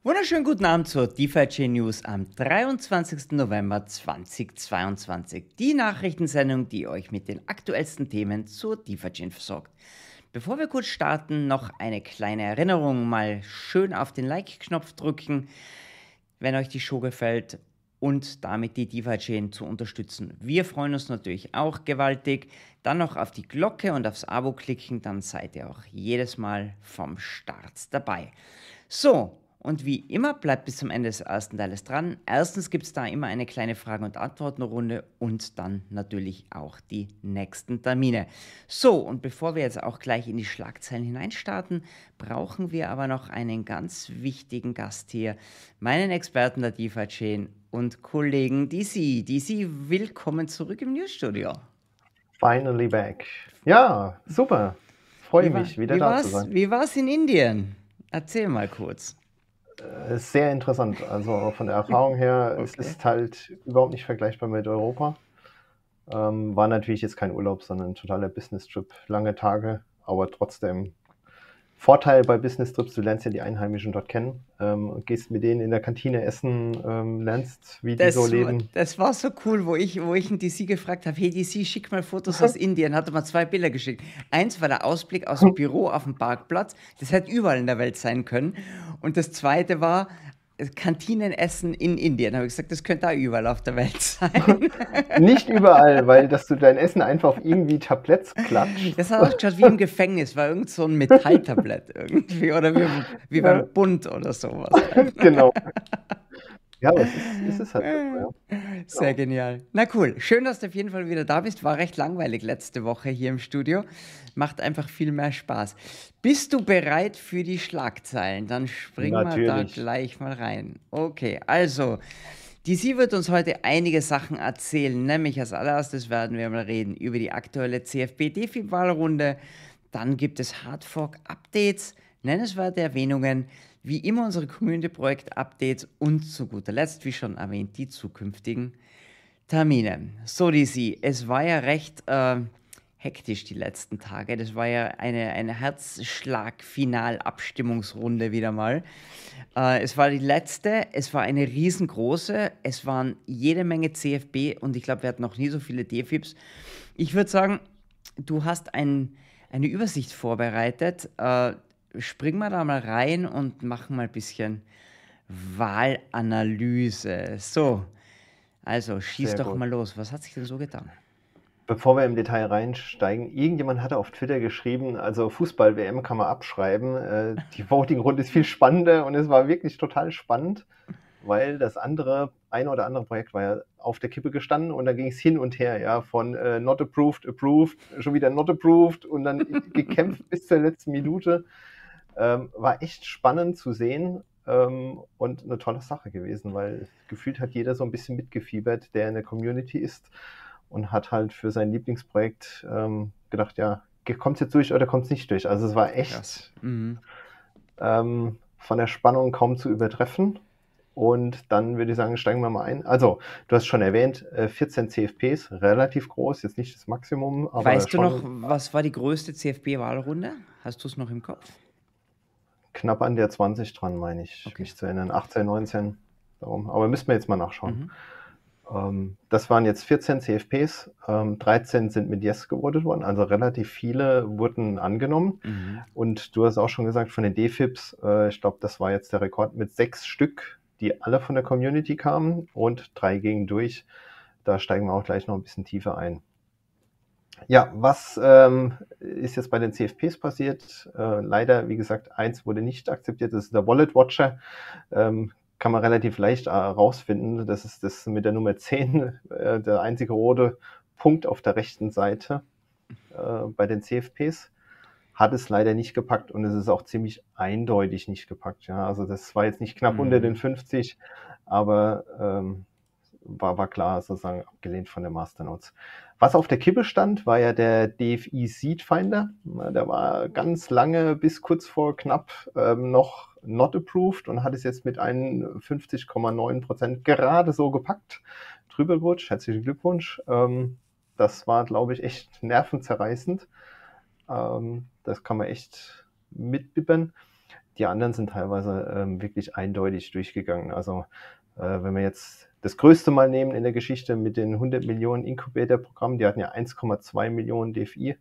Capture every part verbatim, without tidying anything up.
Wunderschönen guten Abend zur DeFi News am dreiundzwanzigsten November zweitausendzweiundzwanzig. Die Nachrichtensendung, die euch mit den aktuellsten Themen zur DeFi versorgt. Bevor wir kurz starten, noch eine kleine Erinnerung. Mal schön auf den Like-Knopf drücken, wenn euch die Show gefällt und damit die DeFi-Chain zu unterstützen. Wir freuen uns natürlich auch gewaltig. Dann noch auf die Glocke und aufs Abo klicken, dann seid ihr auch jedes Mal vom Start dabei. So, und wie immer bleibt bis zum Ende des ersten Teiles dran. Erstens gibt es da immer eine kleine Frage- und Antwortenrunde und dann natürlich auch die nächsten Termine. So, und bevor wir jetzt auch gleich in die Schlagzeilen hineinstarten, brauchen wir aber noch einen ganz wichtigen Gast hier, meinen Experten der DeFi-Chain und Kollegen D C. D C, willkommen zurück im Newsstudio. Finally back. Ja, super. Freue Wie war- mich, wieder wie da war's, zu sein. Wie war es in Indien? Erzähl mal kurz. Äh, Sehr interessant. Also von der Erfahrung her, es Okay. ist halt überhaupt nicht vergleichbar mit Europa. Ähm, war natürlich jetzt kein Urlaub, sondern ein totaler Business-Trip. Lange Tage, aber trotzdem Vorteil bei Business-Trips, du lernst ja die Einheimischen dort kennen, ähm, gehst mit denen in der Kantine essen, ähm, lernst, wie die so Das, war- leben. das war so cool, wo ich, wo ich einen D C gefragt habe, hey D C, schick mal Fotos aus Indien, hatte mal zwei Bilder geschickt. Eins war der Ausblick aus dem Büro auf dem Parkplatz, das hätte überall in der Welt sein können. Und das zweite war äh, Kantinenessen in Indien. Da habe ich gesagt, das könnte auch überall auf der Welt sein. Nicht überall, weil dass du dein Essen einfach auf irgendwie Tabletts klatscht. Das hat ausgeschaut wie im Gefängnis, war irgend so ein Metalltablett irgendwie oder wie, wie Ja, beim Bund oder sowas halt. genau. Ja, aber es ist, es ist halt so, ja. Sehr Genau. genial. Na cool, schön, dass du auf jeden Fall wieder da bist. War recht langweilig letzte Woche hier im Studio. Macht einfach viel mehr Spaß. Bist du bereit für die Schlagzeilen? Dann springen wir da Natürlich. gleich mal rein. Okay, also, D C wird uns heute einige Sachen erzählen. Nämlich als allererstes werden wir mal reden über die aktuelle C F P-DeFi-Wahlrunde. Dann gibt es Hardfork-Updates, nennenswerte Erwähnungen, wie immer unsere Community-Projekt-Updates und zu guter Letzt, wie schon erwähnt, die zukünftigen Termine. So, D C, es war ja recht äh, hektisch die letzten Tage. Das war ja eine, eine Herzschlag-Final-Abstimmungsrunde wieder mal. Äh, es war die letzte, es war eine riesengroße, es waren jede Menge C F B und ich glaube, wir hatten noch nie so viele D F I Ps. Ich würde sagen, du hast ein, eine Übersicht vorbereitet. Äh, springen wir da mal rein und machen mal ein bisschen Wahlanalyse. So, also schieß Sehr doch mal gut. los. Was hat sich denn so getan? Bevor wir im Detail reinsteigen, irgendjemand hatte auf Twitter geschrieben, also Fußball-W M kann man abschreiben. Äh, die Voting-Runde ist viel spannender und es war wirklich total spannend, weil das andere, ein oder andere Projekt war ja auf der Kippe gestanden und dann ging es hin und her, ja, von äh, not approved, approved, schon wieder not approved und dann gekämpft bis zur letzten Minute. Ähm, war echt spannend zu sehen ähm, und eine tolle Sache gewesen, weil gefühlt hat jeder so ein bisschen mitgefiebert, der in der Community ist und hat halt für sein Lieblingsprojekt ähm, gedacht, ja, kommt es jetzt durch oder kommt es nicht durch? Also es war echt Krass. Mhm. ähm, von der Spannung kaum zu übertreffen. Und dann würde ich sagen, steigen wir mal ein. Also, du hast schon erwähnt, äh, vierzehn C F Ps, relativ groß, jetzt nicht das Maximum, aber Weißt du noch, schon was war die größte C F B-Wahlrunde? Hast du es noch im Kopf? knapp an der zwanzig dran, meine ich, Okay. mich zu erinnern. achtzehn, neunzehn, darum. Aber müssen wir jetzt mal nachschauen. Mhm. Ähm, das waren jetzt vierzehn C F Ps, ähm, dreizehn sind mit Yes gewotet worden, also relativ viele wurden angenommen. Mhm. Und du hast auch schon gesagt, von den D F I Ps, äh, ich glaube, das war jetzt der Rekord mit sechs Stück, die alle von der Community kamen und drei gingen durch. Da steigen wir auch gleich noch ein bisschen tiefer ein. Ja, was ähm, ist jetzt bei den C F Ps passiert? Äh, leider, wie gesagt, eins wurde nicht akzeptiert, das ist der Wallet Watcher. Ähm, kann man relativ leicht äh, rausfinden. Das ist das mit der Nummer zehn, äh, der einzige rote Punkt auf der rechten Seite äh, bei den C F Ps. Hat es leider nicht gepackt und es ist auch ziemlich eindeutig nicht gepackt. Ja, also das war jetzt nicht knapp unter den Mhm. fünfzig, aber ähm, war, war klar sozusagen abgelehnt von der Masternodes. Was auf der Kippe stand, war ja der D F I Seed Finder. Der war ganz lange bis kurz vor knapp ähm, noch not approved und hat es jetzt mit einundfünfzig Komma neun Prozent gerade so gepackt. Trübelwutsch, herzlichen Glückwunsch. Ähm, das war, glaube ich, echt nervenzerreißend. Ähm, das kann man echt mitbibbern. die anderen sind teilweise ähm, wirklich eindeutig durchgegangen. Also äh, wenn wir jetzt das größte Mal nehmen in der Geschichte mit den hundert Millionen Incubator-Programmen, die hatten ja eins Komma zwei Millionen D F I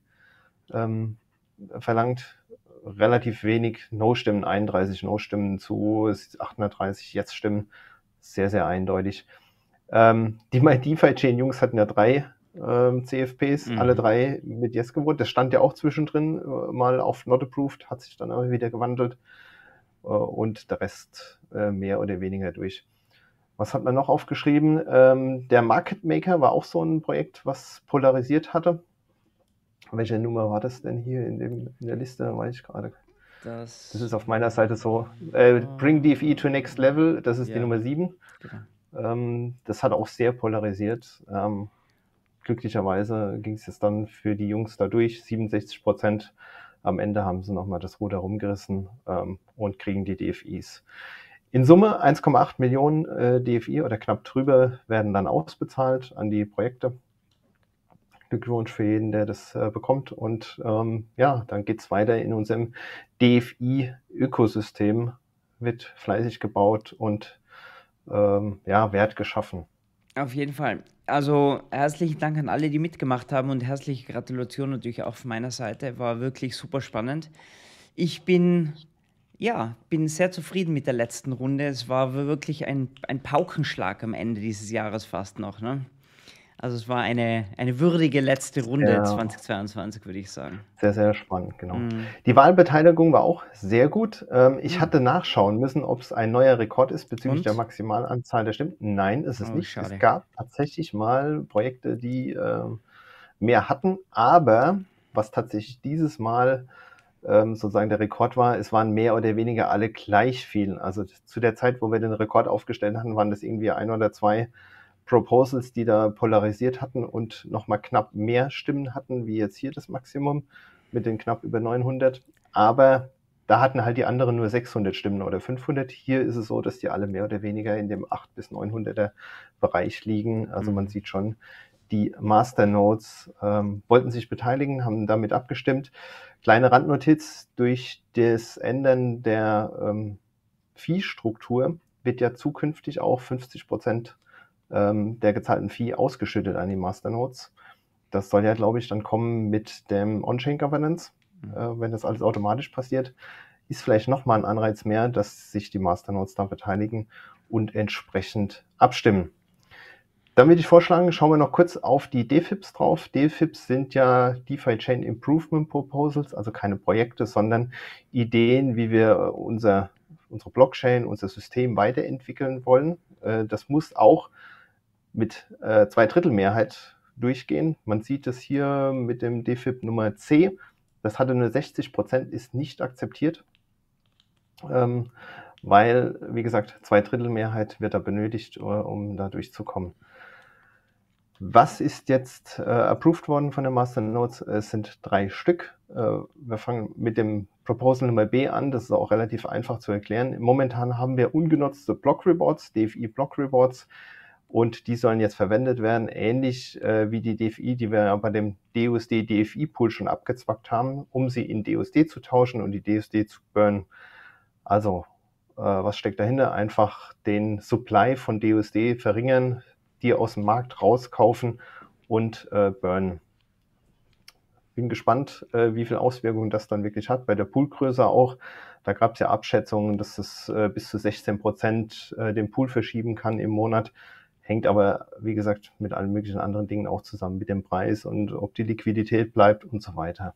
ähm, verlangt, relativ wenig No-Stimmen, einunddreißig No-Stimmen zu achthundertdreißig Yes-Stimmen, sehr, sehr eindeutig. Ähm, die MyDeFi-Chain-Jungs hatten ja drei ähm, C F Ps, Mhm. alle drei mit Yes gewonnen. Das stand ja auch zwischendrin äh, mal auf Not Approved, hat sich dann aber wieder gewandelt äh, und der Rest äh, mehr oder weniger durch. Was hat man noch aufgeschrieben? Ähm, der Market Maker war auch so ein Projekt, was polarisiert hatte. Welche Nummer war das denn hier in, dem, in der Liste? Weiß ich gerade. Das Das ist auf meiner Seite so. Äh, Bring D F I to next level, das ist ja, die Nummer sieben. genau. Ähm, das hat auch sehr polarisiert. Ähm, glücklicherweise ging es jetzt dann für die Jungs da durch. siebenundsechzig Prozent. Am Ende haben sie nochmal das Ruder rumgerissen ähm, und kriegen die D F Is. In Summe eins Komma acht Millionen äh, D F I oder knapp drüber werden dann ausbezahlt an die Projekte. Glückwunsch für jeden, der das äh, bekommt. Und ähm, ja, dann geht es weiter in unserem D F I-Ökosystem, wird fleißig gebaut und ähm, ja, Wert geschaffen. Auf jeden Fall. Also herzlichen Dank an alle, die mitgemacht haben und herzliche Gratulation natürlich auch von meiner Seite. War wirklich super spannend. Ich bin, ja, bin sehr zufrieden mit der letzten Runde. Es war wirklich ein, ein Paukenschlag am Ende dieses Jahres fast noch, ne? Also es war eine, eine würdige letzte Runde Ja, zweitausendzweiundzwanzig, würde ich sagen. sehr, sehr spannend, genau. Mm, Die Wahlbeteiligung war auch sehr gut. Ähm, ich mm. hatte nachschauen müssen, ob es ein neuer Rekord ist bezüglich der Und? Maximalanzahl der Stimmen. Nein, ist es Oh, nicht. Es schade. gab tatsächlich mal Projekte, die äh, mehr hatten, aber was tatsächlich dieses Mal ähm, sozusagen der Rekord war, es waren mehr oder weniger alle gleich viel. Also zu der Zeit, wo wir den Rekord aufgestellt hatten, waren das irgendwie ein oder zwei Proposals, die da polarisiert hatten und nochmal knapp mehr Stimmen hatten, wie jetzt hier das Maximum mit den knapp über neunhundert. Aber da hatten halt die anderen nur sechshundert Stimmen oder fünfhundert. Hier ist es so, dass die alle mehr oder weniger in dem achthundert bis neunhunderter Bereich liegen. Also man Mhm. sieht schon, die Masternodes ähm, wollten sich beteiligen, haben damit abgestimmt. Kleine Randnotiz, durch das Ändern der ähm, Fee-Struktur wird ja zukünftig auch fünfzig Prozent ähm, der gezahlten Fee ausgeschüttet an die Masternodes. Das soll ja, glaube ich, dann kommen mit dem On-Chain-Governance, Mhm. äh, wenn das alles automatisch passiert. Ist vielleicht nochmal ein Anreiz mehr, dass sich die Masternodes da beteiligen und entsprechend abstimmen. Dann würde ich vorschlagen, schauen wir noch kurz auf die D F I Ps drauf. D F I Ps sind ja DeFi Chain Improvement Proposals, also keine Projekte, sondern Ideen, wie wir unser, unsere Blockchain, unser System weiterentwickeln wollen. Das muss auch mit äh, Zweidrittelmehrheit durchgehen. Man sieht es hier mit dem D F I P Nummer C. Das hatte nur sechzig Prozent, ist nicht akzeptiert, ähm, weil, wie gesagt, Zweidrittelmehrheit wird da benötigt, um da durchzukommen. Was ist jetzt äh, approved worden von den Masternodes? Es sind drei Stück. Äh, wir fangen mit dem Proposal Nummer B an. Das ist auch relativ einfach zu erklären. Momentan haben wir ungenutzte Block Rewards, D F I Block Rewards, und die sollen jetzt verwendet werden, ähnlich äh, wie die D F I, die wir ja bei dem D U S D D F I Pool schon abgezwackt haben, um sie in D U S D zu tauschen und die D U S D zu burnen. Also, äh, was steckt dahinter? Einfach den Supply von D U S D verringern, die aus dem Markt rauskaufen und äh, burnen. Bin gespannt, äh, wie viel Auswirkungen das dann wirklich hat. Bei der Poolgröße auch, da gab es ja Abschätzungen, dass es äh, bis zu sechzehn Prozent äh, den Pool verschieben kann im Monat. Hängt aber, wie gesagt, mit allen möglichen anderen Dingen auch zusammen, mit dem Preis und ob die Liquidität bleibt und so weiter.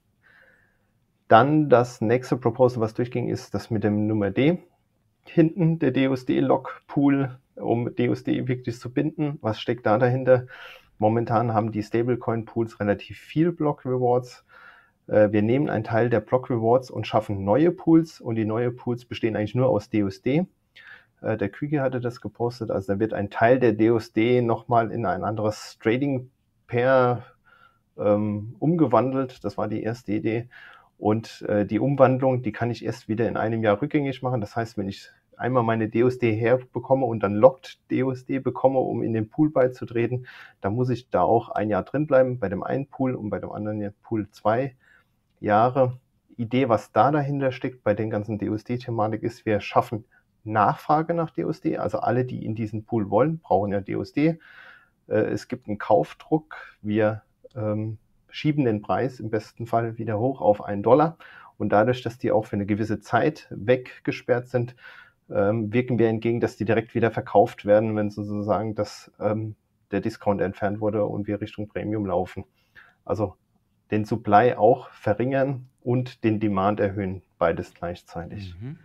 Dann das nächste Proposal, was durchging, ist das mit dem Nummer D. Hinten der D U S D-Lock-Pool, um D U S D wirklich zu binden. Was steckt da dahinter? Momentan haben die Stablecoin-Pools relativ viel Block-Rewards. Wir nehmen einen Teil der Block-Rewards und schaffen neue Pools. Und die neuen Pools bestehen eigentlich nur aus D U S D. Der Küge hatte das gepostet. Also da wird ein Teil der D U S D nochmal in ein anderes Trading-Pair ähm, umgewandelt. Das war die erste Idee. Und äh, die Umwandlung, die kann ich erst wieder in einem Jahr rückgängig machen. Das heißt, wenn ich einmal meine D U S D herbekomme und dann Locked D U S D bekomme, um in den Pool beizutreten, dann muss ich da auch ein Jahr drin bleiben, bei dem einen Pool und bei dem anderen Pool zwei Jahre. Idee, was da dahinter steckt bei den ganzen D U S D-Thematik ist, wir schaffen Nachfrage nach D U S D. Also alle, die in diesen Pool wollen, brauchen ja D U S D. Äh, es gibt einen Kaufdruck. Wir ähm, schieben den Preis im besten Fall wieder hoch auf einen Dollar. Und dadurch, dass die auch für eine gewisse Zeit weggesperrt sind, ähm, wirken wir entgegen, dass die direkt wieder verkauft werden, wenn sozusagen das, ähm, der Discount entfernt wurde und wir Richtung Premium laufen. Also den Supply auch verringern und den Demand erhöhen, beides gleichzeitig. Mhm.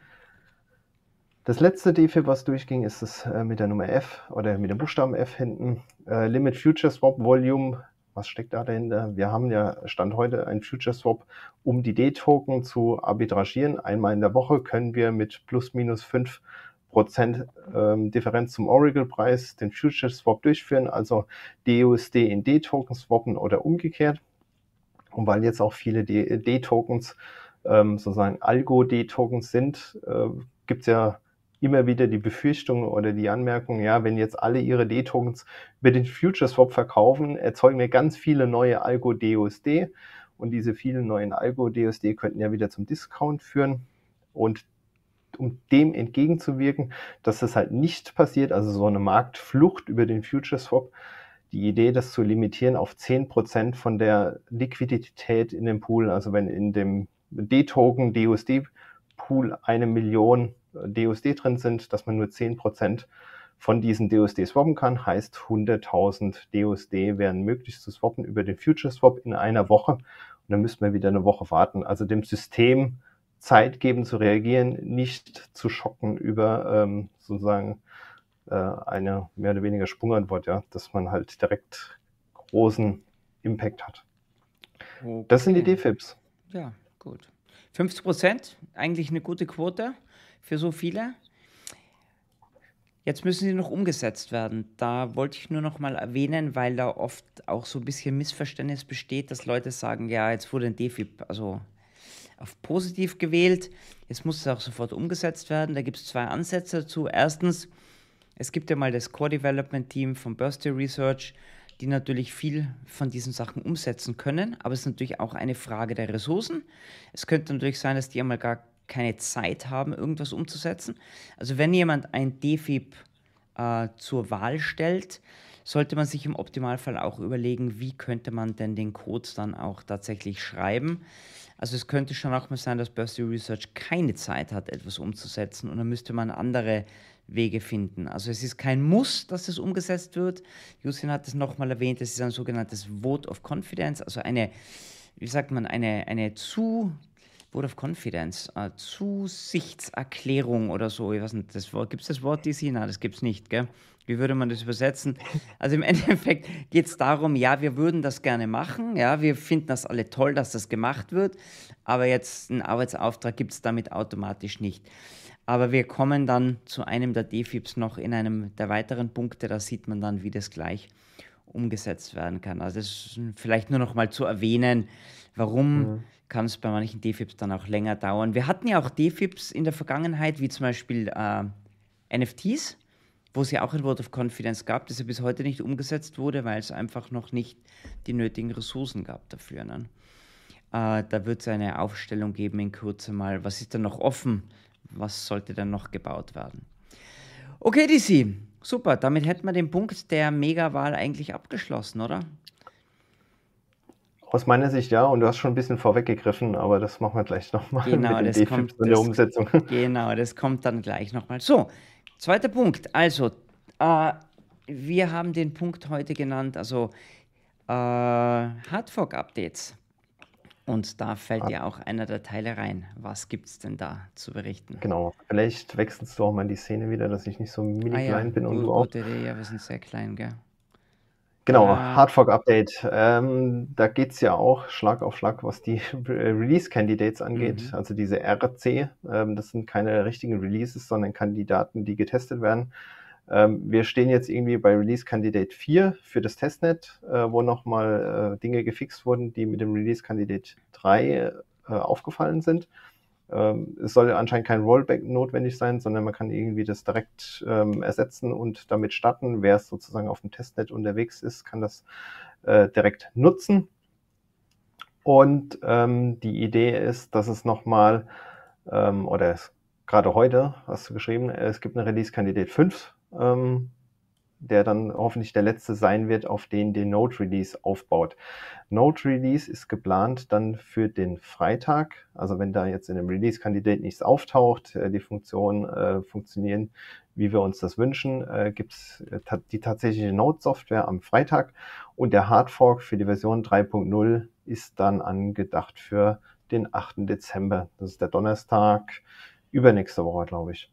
Das letzte D F I B, was durchging, ist es äh, mit der Nummer F oder mit dem Buchstaben F hinten. Äh, Limit Future Swap Volume. Was steckt da dahinter? Wir haben ja Stand heute ein Future Swap, um die D-Token zu arbitragieren. Einmal in der Woche können wir mit plus minus fünf Prozent ähm, Differenz zum Oracle-Preis den Future Swap durchführen, also D U S D in D-Token swappen oder umgekehrt. Und weil jetzt auch viele D-Tokens ähm, sozusagen Algo-D-Tokens sind, äh, gibt es ja immer wieder die Befürchtung oder die Anmerkung, ja, wenn jetzt alle ihre D-Tokens über den Future Swap verkaufen, erzeugen wir ganz viele neue Algo-D U S D und diese vielen neuen Algo-D U S D könnten ja wieder zum Discount führen. Und um dem entgegenzuwirken, dass das halt nicht passiert, also so eine Marktflucht über den Future Swap, die Idee, das zu limitieren auf zehn Prozent von der Liquidität in dem Pool, also wenn in dem D-Token, D U S D-Pool eine Million D U S D drin sind, dass man nur zehn Prozent von diesen D U S D swappen kann, heißt hunderttausend D U S D wären möglich zu swappen über den Future Swap in einer Woche und dann müssten wir wieder eine Woche warten. Also dem System Zeit geben zu reagieren, nicht zu schocken über ähm, sozusagen äh, eine mehr oder weniger Sprungantwort, ja, dass man halt direkt großen Impact hat. Okay. Das sind die D F I Bs. Ja, gut. fünfzig Prozent, eigentlich eine gute Quote für so viele. Jetzt müssen sie noch umgesetzt werden. Da wollte ich nur noch mal erwähnen, weil da oft auch so ein bisschen Missverständnis besteht, dass Leute sagen, ja, jetzt wurde ein D F I B also auf positiv gewählt, jetzt muss es auch sofort umgesetzt werden. Da gibt es zwei Ansätze dazu. Erstens, es gibt ja mal das Core Development Team von Birthday Research, die natürlich viel von diesen Sachen umsetzen können, aber es ist natürlich auch eine Frage der Ressourcen. Es könnte natürlich sein, dass die einmal gar keine Zeit haben, irgendwas umzusetzen. Also wenn jemand ein D F I B äh, zur Wahl stellt, sollte man sich im Optimalfall auch überlegen, wie könnte man denn den Code dann auch tatsächlich schreiben. Also es könnte schon auch mal sein, dass Birthday Research keine Zeit hat, etwas umzusetzen und dann müsste man andere Wege finden. Also es ist kein Muss, dass es umgesetzt wird. Justin hat es nochmal erwähnt, es ist ein sogenanntes Vote of Confidence, also eine, wie sagt man, eine, eine zu... Vote of Confidence, äh, Zusichtserklärung oder so. Ich weiß nicht, das Wort, gibt es das Wort D C? Nein, das gibt es nicht, gell? Wie würde man das übersetzen? Also im Endeffekt geht es darum, ja, wir würden das gerne machen, ja, wir finden das alle toll, dass das gemacht wird, aber jetzt einen Arbeitsauftrag gibt es damit automatisch nicht. Aber wir kommen dann zu einem der D F I Bs noch in einem der weiteren Punkte, da sieht man dann, wie das gleich umgesetzt werden kann. Also das ist vielleicht nur noch mal zu erwähnen, warum mhm. kann es bei manchen D F I Bs dann auch länger dauern. Wir hatten ja auch D F I Bs in der Vergangenheit, wie zum Beispiel äh, N F Ts, wo es ja auch ein Vote of Confidence gab, das ja bis heute nicht umgesetzt wurde, weil es einfach noch nicht die nötigen Ressourcen gab dafür. Ne? Äh, da wird es eine Aufstellung geben in Kürze mal. Was ist denn noch offen? Was sollte dann noch gebaut werden? Okay, D C, super. Damit hätten wir den Punkt der Megawahl eigentlich abgeschlossen, oder? Aus meiner Sicht ja, und du hast schon ein bisschen vorweggegriffen, aber das machen wir gleich nochmal genau, mit den D F I Bs und der Umsetzung. Genau, das kommt dann gleich nochmal. So, zweiter Punkt. Also, äh, wir haben den Punkt heute genannt, also äh, Hardfork-Updates. Und da fällt ja auch einer der Teile rein. Was gibt es denn da zu berichten? Genau, vielleicht wechselst du auch mal in die Szene wieder, dass ich nicht so mini ah, klein ja. bin und Gut, du auch. Gute Idee, ja, wir sind sehr klein, gell? Genau, Äh, Hardfork-Update. Ähm, da geht es ja auch Schlag auf Schlag, was die Release-Candidates angeht, Mhm. also diese R C. Ähm, das sind keine richtigen Releases, sondern Kandidaten, die getestet werden. Ähm, wir stehen jetzt irgendwie bei Release Candidate vier für das Testnet, äh, wo nochmal äh, Dinge gefixt wurden, die mit dem Release Candidate drei äh, aufgefallen sind. Ähm, es soll anscheinend kein Rollback notwendig sein, sondern man kann irgendwie das direkt ähm, ersetzen und damit starten. Wer es sozusagen auf dem Testnet unterwegs ist, kann das äh, direkt nutzen. Und ähm, die Idee ist, dass es nochmal, ähm, oder es, gerade heute hast du geschrieben, es gibt eine Release-Kandidat fünf, ähm, der dann hoffentlich der letzte sein wird, auf den der Node-Release aufbaut. Node-Release ist geplant dann für den Freitag, also wenn da jetzt in dem Release-Kandidat nichts auftaucht, äh, die Funktionen äh, funktionieren, wie wir uns das wünschen, äh, gibt es äh, ta- die tatsächliche Node-Software am Freitag und der Hardfork für die Version drei Punkt null ist dann angedacht für den achten Dezember. Das ist der Donnerstag, übernächste Woche, glaube ich.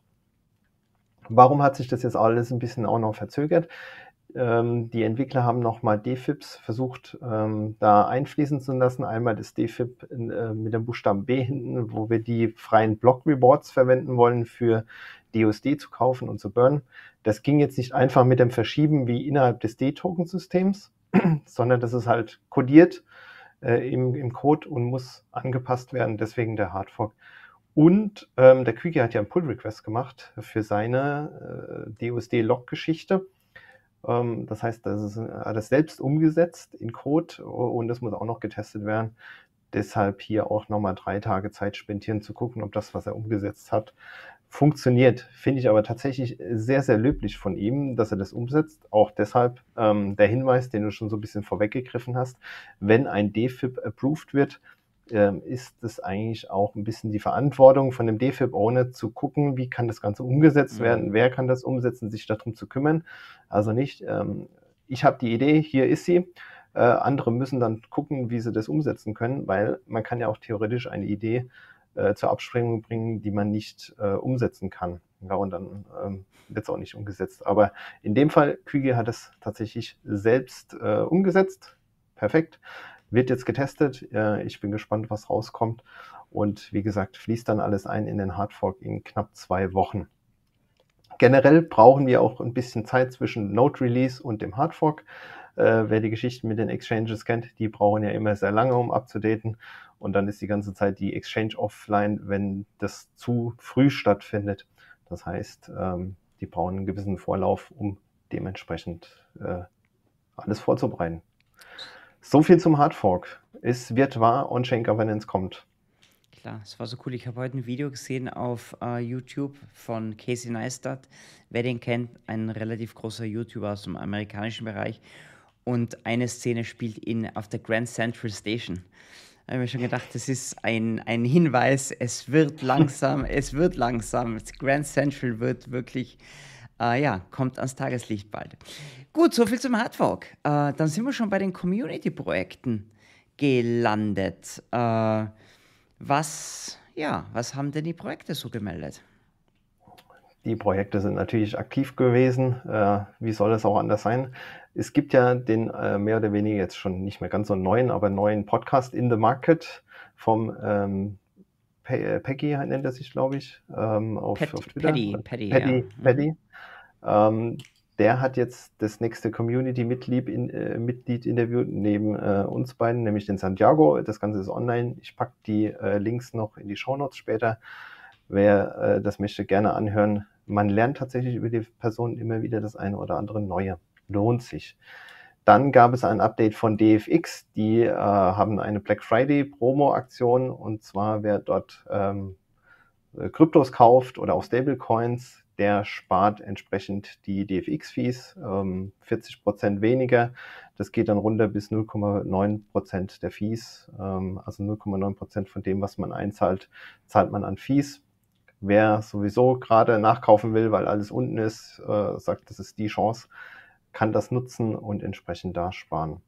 Warum hat sich das jetzt alles ein bisschen auch noch verzögert? Ähm, die Entwickler haben nochmal D F I Ps versucht, ähm, da einfließen zu lassen. Einmal das D F I P in, äh, mit dem Buchstaben B hinten, wo wir die freien Block-Rewards verwenden wollen, für D U S D zu kaufen und zu burnen. Das ging jetzt nicht einfach mit dem Verschieben wie innerhalb des D-Token-Systems, sondern das ist halt kodiert äh, im, im Code und muss angepasst werden, deswegen der Hardfork. Und ähm, der Quicky hat ja einen Pull-Request gemacht für seine äh, D U S D-Log-Geschichte. Ähm, das heißt, das ist alles selbst umgesetzt in Code und das muss auch noch getestet werden. Deshalb hier auch nochmal drei Tage Zeit spendieren, zu gucken, ob das, was er umgesetzt hat, funktioniert. Finde ich aber tatsächlich sehr, sehr löblich von ihm, dass er das umsetzt. Auch deshalb ähm, der Hinweis, den du schon so ein bisschen vorweggegriffen hast, wenn ein D F I P approved wird, ähm, ist es eigentlich auch ein bisschen die Verantwortung von dem D F I P-Owner zu gucken, wie kann das Ganze umgesetzt werden, Mhm. wer kann das umsetzen, sich darum zu kümmern. Also nicht, ähm, ich habe die Idee, hier ist sie. Äh, andere müssen dann gucken, wie sie das umsetzen können, weil man kann ja auch theoretisch eine Idee äh, zur Absprengung bringen, die man nicht äh, umsetzen kann. Ja, und dann ähm, wird es auch nicht umgesetzt. Aber in dem Fall, Quigy hat es tatsächlich selbst äh, umgesetzt. Perfekt. Wird jetzt getestet. Äh, ich bin gespannt, was rauskommt. Und wie gesagt, fließt dann alles ein in den Hardfork in knapp zwei Wochen. Generell brauchen wir auch ein bisschen Zeit zwischen Node-Release und dem Hardfork. Äh, wer die Geschichten mit den Exchanges kennt, die brauchen ja immer sehr lange, um abzudaten. Und dann ist die ganze Zeit die Exchange offline, wenn das zu früh stattfindet. Das heißt, ähm, die brauchen einen gewissen Vorlauf, um dementsprechend äh, alles vorzubereiten. So viel zum Hardfork. Es wird wahr, On-Chain Governance kommt. Klar, es war so cool. Ich habe heute ein Video gesehen auf äh, YouTube von Casey Neistat. Wer den kennt, ein relativ großer YouTuber aus dem amerikanischen Bereich. Und eine Szene spielt ihn auf der Grand Central Station. Da habe ich mir schon gedacht, das ist ein, ein Hinweis, es wird langsam, es wird langsam. Grand Central wird wirklich, äh, ja, kommt ans Tageslicht bald. Gut, soviel zum Hardfork. Äh, dann sind wir schon bei den Community-Projekten gelandet. Äh, was, ja, was haben denn die Projekte so gemeldet? Die Projekte sind natürlich aktiv gewesen. Äh, wie soll es auch anders sein? Es gibt ja den äh, mehr oder weniger jetzt schon nicht mehr ganz so neuen, aber neuen Podcast In the Market vom ähm, Pe Peggy nennt er sich, glaube ich, ähm, auf, Pat, auf Twitter. Paddy, Paddy, ja. Paddy, Mhm. Paddy. Ähm, der hat jetzt das nächste Community-Mitglied in, äh, Mitglied interviewt, neben äh, uns beiden, nämlich den Santiago. Das Ganze ist online. Ich packe die äh, Links noch in die Shownotes später. Wer äh, das möchte, gerne anhören. Man lernt tatsächlich über die Person immer wieder das eine oder andere Neue. Lohnt sich. Dann gab es ein Update von D F X. Die äh, haben eine Black Friday Promo-Aktion. Und zwar, wer dort ähm, Kryptos kauft oder auch Stablecoins, der spart entsprechend die D F X-Fees, ähm, vierzig Prozent weniger. Das geht dann runter bis null Komma neun Prozent der Fees. Ähm, also null Komma neun Prozent von dem, was man einzahlt, zahlt man an Fees. Wer sowieso gerade nachkaufen will, weil alles unten ist, äh, sagt, das ist die Chance, kann das nutzen und entsprechend da sparen.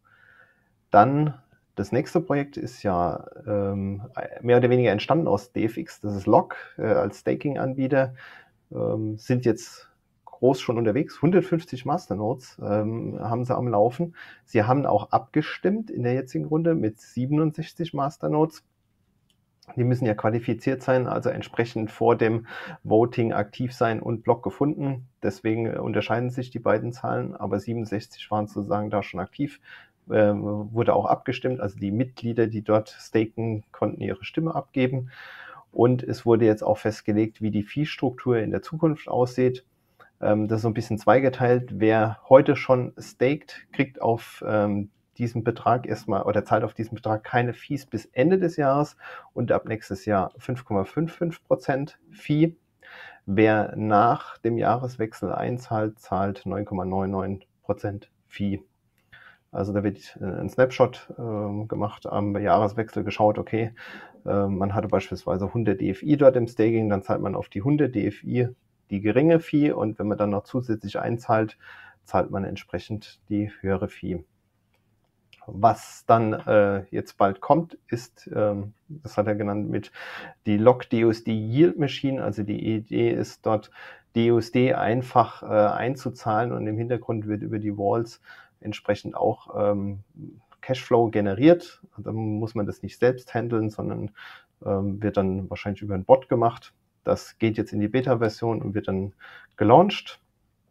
Dann das nächste Projekt ist ja ähm, mehr oder weniger entstanden aus D F X. Das ist Lock äh, als Staking-Anbieter. Ähm, sind jetzt groß schon unterwegs. hundertfünfzig Masternodes ähm, haben sie am Laufen. Sie haben auch abgestimmt in der jetzigen Runde mit siebenundsechzig Masternodes. Die müssen ja qualifiziert sein, also entsprechend vor dem Voting aktiv sein und Block gefunden. Deswegen unterscheiden sich die beiden Zahlen, aber siebenundsechzig waren sozusagen da schon aktiv. Äh, wurde auch abgestimmt, also die Mitglieder, die dort staken, konnten ihre Stimme abgeben. Und es wurde jetzt auch festgelegt, wie die Fee-Struktur in der Zukunft aussieht. Ähm, das ist so ein bisschen zweigeteilt. Wer heute schon staked, kriegt auf ähm, diesen Betrag erstmal oder zahlt auf diesen Betrag keine Fees bis Ende des Jahres und ab nächstes Jahr fünf Komma fünfundfünfzig Prozent Fee. Wer nach dem Jahreswechsel einzahlt, zahlt neun Komma neunundneunzig Prozent Fee. Also da wird ein Snapshot äh, gemacht am Jahreswechsel, geschaut, okay, äh, man hatte beispielsweise hundert D F I dort im Staking, dann zahlt man auf die hundert D F I die geringe Fee und wenn man dann noch zusätzlich einzahlt, zahlt man entsprechend die höhere Fee. Was dann äh, jetzt bald kommt, ist, ähm, das hat er genannt, mit die Lock D U S D Yield Machine, also die Idee ist dort D U S D einfach äh, einzuzahlen und im Hintergrund wird über die Walls entsprechend auch ähm, Cashflow generiert. Da muss man das nicht selbst handeln, sondern ähm, wird dann wahrscheinlich über einen Bot gemacht. Das geht jetzt in die Beta-Version und wird dann gelauncht.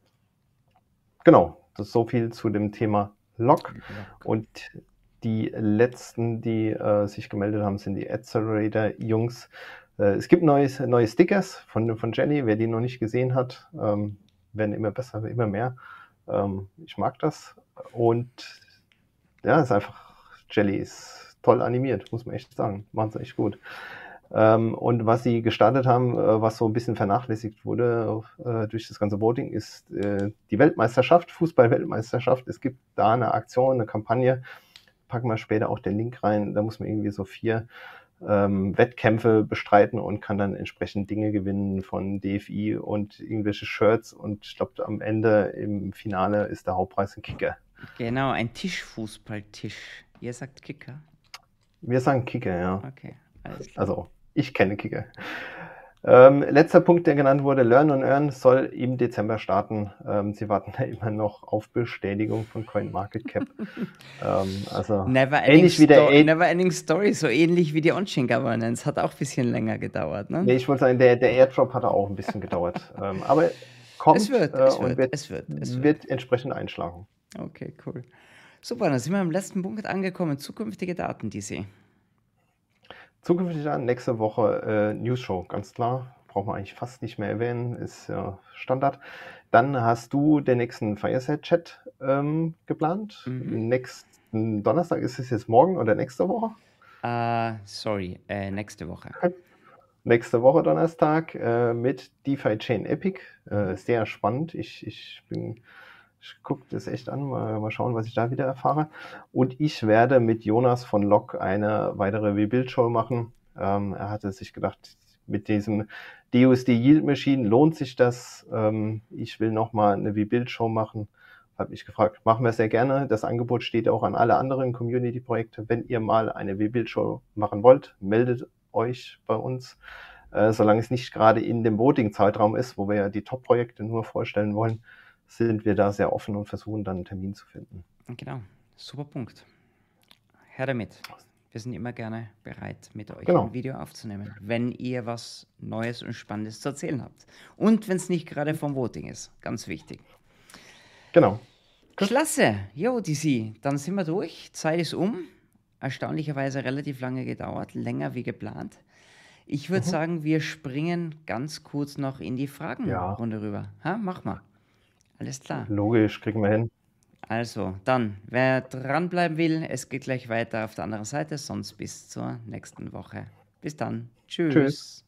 Genau, das ist so viel zu dem Thema Lock. Und die letzten, die äh, sich gemeldet haben, sind die Accelerator-Jungs. Äh, es gibt neues, neue Stickers von, von Jelly. Wer die noch nicht gesehen hat, ähm, werden immer besser, immer mehr. Ähm, ich mag das. Und ja, es ist einfach, Jelly ist toll animiert, muss man echt sagen. Machen sie echt gut. Ähm, und was sie gestartet haben, äh, was so ein bisschen vernachlässigt wurde äh, durch das ganze Voting, ist äh, die Weltmeisterschaft, Fußball-Weltmeisterschaft. Es gibt da eine Aktion, eine Kampagne, packen wir später auch den Link rein. Da muss man irgendwie so vier ähm, Wettkämpfe bestreiten und kann dann entsprechend Dinge gewinnen von D F I und irgendwelche Shirts. Und ich glaube, am Ende im Finale ist der Hauptpreis ein Kicker. Genau, ein Tischfußballtisch. Ihr sagt Kicker? Wir sagen Kicker, ja. Okay, alles klar. Also, ich kenne Kicker. Ähm, letzter Punkt, der genannt wurde, Learn and Earn soll im Dezember starten. Ähm, sie warten da immer noch auf Bestätigung von CoinMarketCap. ähm, also Never ähnlich wie der Sto A- Never Ending Story, so ähnlich wie die On-Chain Governance. Hat auch ein bisschen länger gedauert, ne? Nee, ich wollte sagen, der, der Airdrop hat auch ein bisschen gedauert. ähm, aber kommt Es wird, äh, es und wird, wird, es wird, es wird. wird entsprechend einschlagen. Okay, cool. Super, dann sind wir am letzten Punkt angekommen. Zukünftige Daten, D C. Zukünftig dann nächste Woche äh, News Show, ganz klar. Braucht man eigentlich fast nicht mehr erwähnen, ist ja Standard. Dann hast du den nächsten Fireside-Chat ähm, geplant. Mhm. Nächsten Donnerstag, ist es jetzt morgen oder nächste Woche? Uh, sorry, äh, nächste Woche. Nächste Woche Donnerstag äh, mit DeFi Chain Epic. Äh, sehr spannend. Ich, ich bin, ich gucke das echt an, mal, mal schauen, was ich da wieder erfahre. Und ich werde mit Jonas von Lock eine weitere Rebuild-Show machen. Ähm, er hatte sich gedacht, mit diesem D U S D Yield Machine lohnt sich das. Ähm, ich will nochmal eine Rebuild-Show machen. Habe mich gefragt, machen wir sehr gerne. Das Angebot steht auch an alle anderen Community-Projekte. Wenn ihr mal eine Rebuild-Show machen wollt, meldet euch bei uns. Äh, solange es nicht gerade in dem Voting-Zeitraum ist, wo wir ja die Top-Projekte nur vorstellen wollen, sind wir da sehr offen und versuchen dann einen Termin zu finden. Genau, super Punkt. Her damit. Wir sind immer gerne bereit, mit euch Genau. ein Video aufzunehmen, wenn ihr was Neues und Spannendes zu erzählen habt. Und wenn es nicht gerade vom Voting ist. Ganz wichtig. Genau. Gut. Klasse. Jo, D C, dann sind wir durch. Zeit ist um. Erstaunlicherweise relativ lange gedauert, länger wie geplant. Ich würde Mhm. sagen, wir springen ganz kurz noch in die Fragenrunde Ja. rüber. Ha, mach mal. Alles klar. Logisch, kriegen wir hin. Also, dann, wer dranbleiben will, es geht gleich weiter auf der anderen Seite, sonst bis zur nächsten Woche. Bis dann. Tschüss. Tschüss.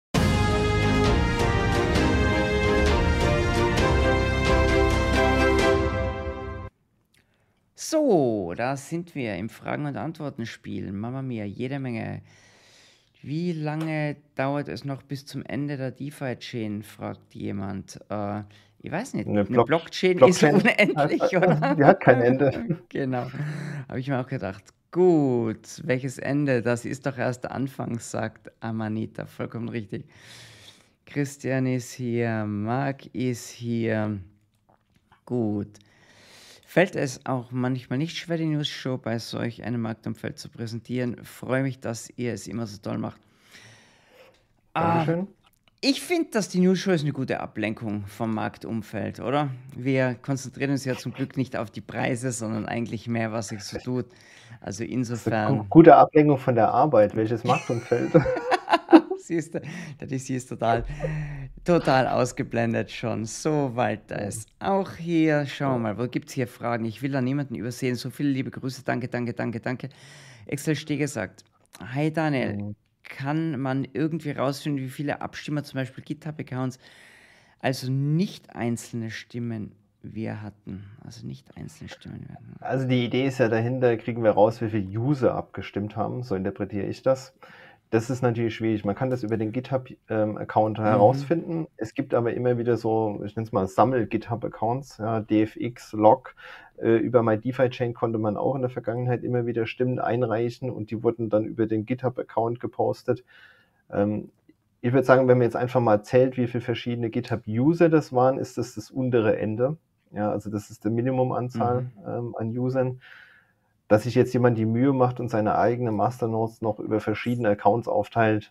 So, da sind wir im Fragen- und Antworten-Spiel. Mama mia, jede Menge. Wie lange dauert es noch bis zum Ende der DeFi-Chain, fragt jemand. Äh, ich weiß nicht, Eine eine Block- Blockchain, Blockchain ist unendlich, oder? Die hat kein Ende. Genau, habe ich mir auch gedacht. Gut, welches Ende? Das ist doch erst der Anfang, sagt Amanita. Vollkommen richtig. Christian ist hier, Marc ist hier. Gut. Fällt es auch manchmal nicht schwer, die News-Show bei solch einem Marktumfeld zu präsentieren? Freue mich, dass ihr es immer so toll macht. Ah, Dankeschön. ich finde, dass die News-Show ist eine gute Ablenkung vom Marktumfeld, oder? Wir konzentrieren uns ja zum Glück nicht auf die Preise, sondern eigentlich mehr, was sich so tut. Also Das ist eine insofern, gu- gute Ablenkung von der Arbeit. Welches Marktumfeld? siehst du, das ist, ist total, Total ausgeblendet schon. So, Walter ist auch hier. Schauen wir mal, wo gibt es hier Fragen? Ich will da niemanden übersehen. So viele liebe Grüße. Danke, danke, danke, danke. Excel Stege sagt, hi Daniel, Mhm. kann man irgendwie rausfinden, wie viele Abstimmer, zum Beispiel GitHub-Accounts, also nicht einzelne Stimmen wir hatten? Also nicht einzelne Stimmen wir hatten. Also die Idee ist ja dahinter, kriegen wir raus, wie viele User abgestimmt haben. So interpretiere ich das. Das ist natürlich schwierig. Man kann das über den GitHub-Account herausfinden. Es gibt aber immer wieder so, ich nenne es mal Sammel-GitHub-Accounts, ja, D F X, Log. Äh, über MyDeFi-Chain konnte man auch in der Vergangenheit immer wieder Stimmen einreichen und die wurden dann über den GitHub-Account gepostet. Ähm, ich würde sagen, wenn man jetzt einfach mal zählt, wie viele verschiedene GitHub-User das waren, ist das das untere Ende. Ja, also das ist die Minimumanzahl Mhm. ähm, an Usern. Dass sich jetzt jemand die Mühe macht und seine eigene Masternodes noch über verschiedene Accounts aufteilt,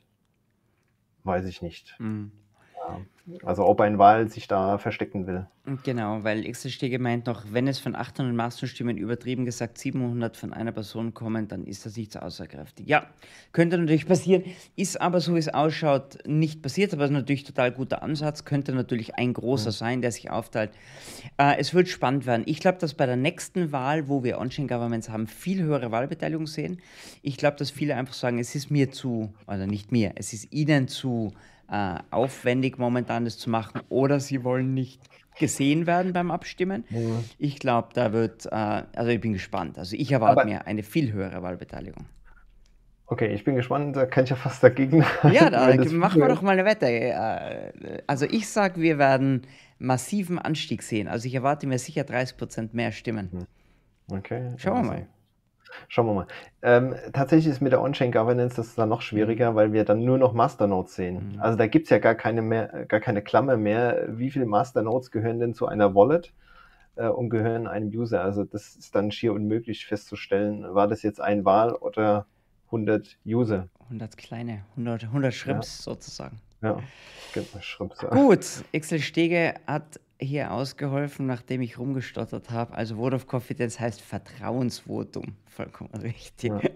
weiß ich nicht. Mhm. Ja. Also ob ein Wal sich da verstecken will. Genau, weil Excel Stege meint noch, wenn es von achthundert Mastenstimmen übertrieben gesagt siebenhundert von einer Person kommen, dann ist das nicht so aussagekräftig. Ja, könnte natürlich passieren, ist aber so wie es ausschaut nicht passiert, aber ist natürlich total guter Ansatz, könnte natürlich ein großer Mhm. sein, der sich aufteilt. Äh, es wird spannend werden. Ich glaube, dass bei der nächsten Wahl, wo wir On-Chain-Governments haben, viel höhere Wahlbeteiligung sehen. Ich glaube, dass viele einfach sagen, es ist mir zu, oder nicht mir, es ist ihnen zu äh, aufwendig momentan das zu machen oder sie wollen nicht gesehen werden beim Abstimmen. Mhm. Ich glaube, da wird, äh, also ich bin gespannt. Also ich erwarte Aber mir eine viel höhere Wahlbeteiligung. okay, ich bin gespannt, da kann ich ja fast dagegen Ja, halten, da wenn das machen wir viel doch mal eine Wette. Äh, Also ich sage, wir werden massiven Anstieg sehen. Also ich erwarte mir sicher dreißig Prozent mehr Stimmen. Mhm. Okay, Schauen wir mal. interessant. Schauen wir mal. Ähm, tatsächlich ist mit der On-Chain-Governance das dann noch schwieriger, weil wir dann nur noch Masternodes sehen. Mhm. Also da gibt es ja gar keine mehr, gar keine Klammer mehr, wie viele Masternodes gehören denn zu einer Wallet äh, und gehören einem User. Also das ist dann schier unmöglich festzustellen, war das jetzt ein Wal oder hundert User. hundert kleine, hundert, hundert Schrimps sozusagen. Ja, genau, Schrimps, ja. Gut, Excel Stege hat hier ausgeholfen, nachdem ich rumgestottert habe. Also Vote of Confidence heißt Vertrauensvotum. Vollkommen richtig. Ja.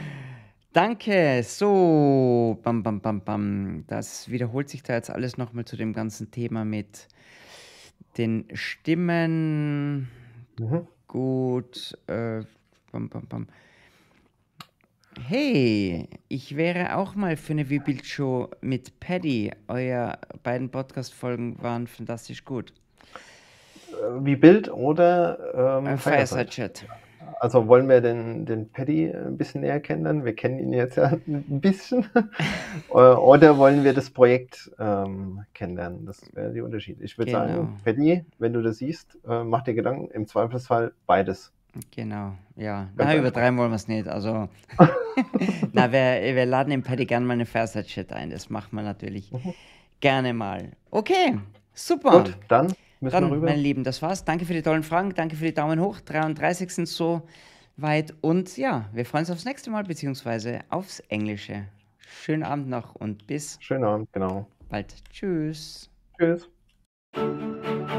Danke. So, bam, bam, bam, bam. Das wiederholt sich da jetzt alles nochmal zu dem ganzen Thema mit den Stimmen. Mhm. Gut. Äh, bam, bam, bam. Hey, ich wäre auch mal für eine Wie-Bild-Show mit Paddy. Euer beiden Podcast-Folgen waren fantastisch gut. Äh, Wie Bild oder ähm, Äh, Fireside? Fireside-Chat. Also wollen wir den, den Paddy ein bisschen näher kennenlernen? Wir kennen ihn jetzt ja ein bisschen. Äh, Oder wollen wir das Projekt ähm, kennenlernen? Das wäre der Unterschied. Ich würde Genau. sagen, Paddy, wenn du das siehst, äh, mach dir Gedanken. Im Zweifelsfall beides. Genau, ja. Ganz Na, einfach. übertreiben wollen wir es nicht. Also, na, wir, wir laden den Paddy gerne mal eine Fireside-Chat ein. Das macht man natürlich Mhm. gerne mal. Okay, super. Gut, dann müssen wir Dann, rüber. meine Lieben, das war's. Danke für die tollen Fragen. Danke für die Daumen hoch. dreiunddreißig sind so weit. Und ja, wir freuen uns aufs nächste Mal, beziehungsweise aufs Englische. Schönen Abend noch und bis Schönen Abend, genau. bald. Tschüss. Tschüss.